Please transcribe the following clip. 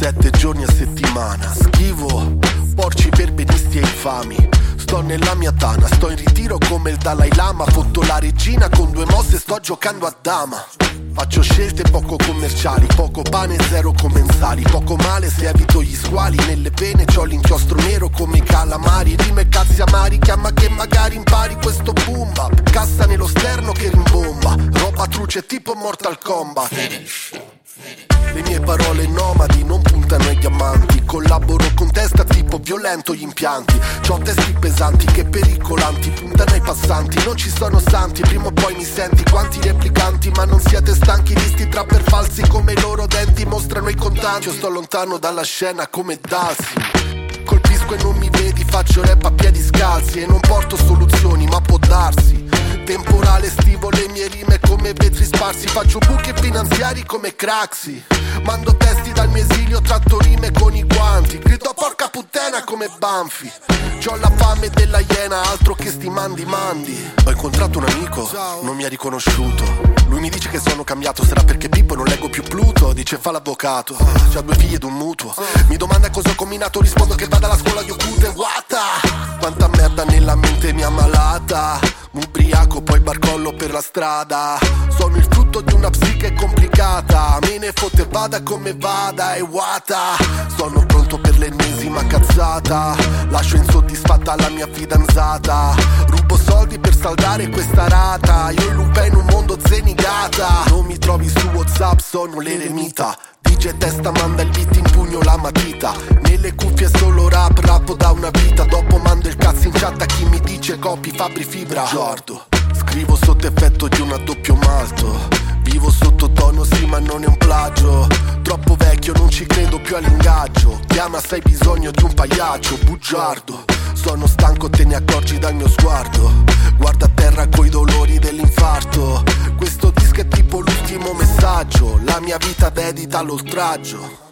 7 giorni a settimana. Schivo porci perbenisti e infami. Sto nella mia tana, sto in ritiro come il Dalai Lama. Fotto la regina con 2 mosse, sto giocando a dama. Faccio scelte poco commerciali, poco pane e zero commensali. Poco male se evito gli squali, nelle vene c'ho l'inchiostro nero come i calamari. Rime e cazzi amari, chiama che magari impari questo boom bap. Cassa nello sterno che rimbomba, roba truce tipo Mortal Kombat. Le mie parole nomadi non puntano ai diamanti. Collaboro con testa tipo violento gli impianti. C'ho testi pesanti che pericolanti, puntano ai passanti. Non ci sono santi, prima o poi mi senti. Quanti replicanti ma non siete stanchi. Visti trapper falsi come i loro denti mostrano i contanti. Io sto lontano dalla scena come Dalsi. Colpisco e non mi vedi, faccio rap a piedi scalzi. E non porto soluzioni ma può darsi. Temporale estivo, le mie rime come vetri sparsi. Faccio buchi finanziari come Craxi. Mando testi dal mio esilio, tratto rime con i guanti. Grido porca puttana come Banfi. C'ho la fame della iena, altro che sti mandi. Ho incontrato un amico, non mi ha riconosciuto. Lui mi dice che sono cambiato, sarà perché Pippo non leggo più Pluto. Dice fa l'avvocato, c'ha 2 figli ed un mutuo. Mi domanda cosa ho combinato, rispondo che vado alla scuola di Okute. Quanta merda nella mente mi ha malata. Ubriaco poi barcollo per la strada. Sono il frutto di una psiche complicata. Me ne fotte vada come vada e wata. Sono pronto per l'ennesima cazzata. Lascio insoddisfatta la mia fidanzata. Rubo soldi per saldare questa rata. Io e Lupe in un mondo zenigata. Non mi trovi su WhatsApp, sono l'eremita. DJ testa manda il beat in pugno la matita. Nelle cuffie solo rappo da una vita. Dopo mando il cazzo in chat a chi mi dice copy Fabri Fibra. Giordo, scrivo sotto effetto di un doppio malto. Vivo sottotono sì ma non è un plagio. Troppo vecchio non ci credo più all'ingaggio. Chiama se hai bisogno di un pagliaccio. Bugiardo, sono stanco te ne accorgi dal mio sguardo. Guarda a terra coi dolori dell'infarto. Questo disco è tipo l'ultimo messaggio. La mia vita dedita all'oltraggio.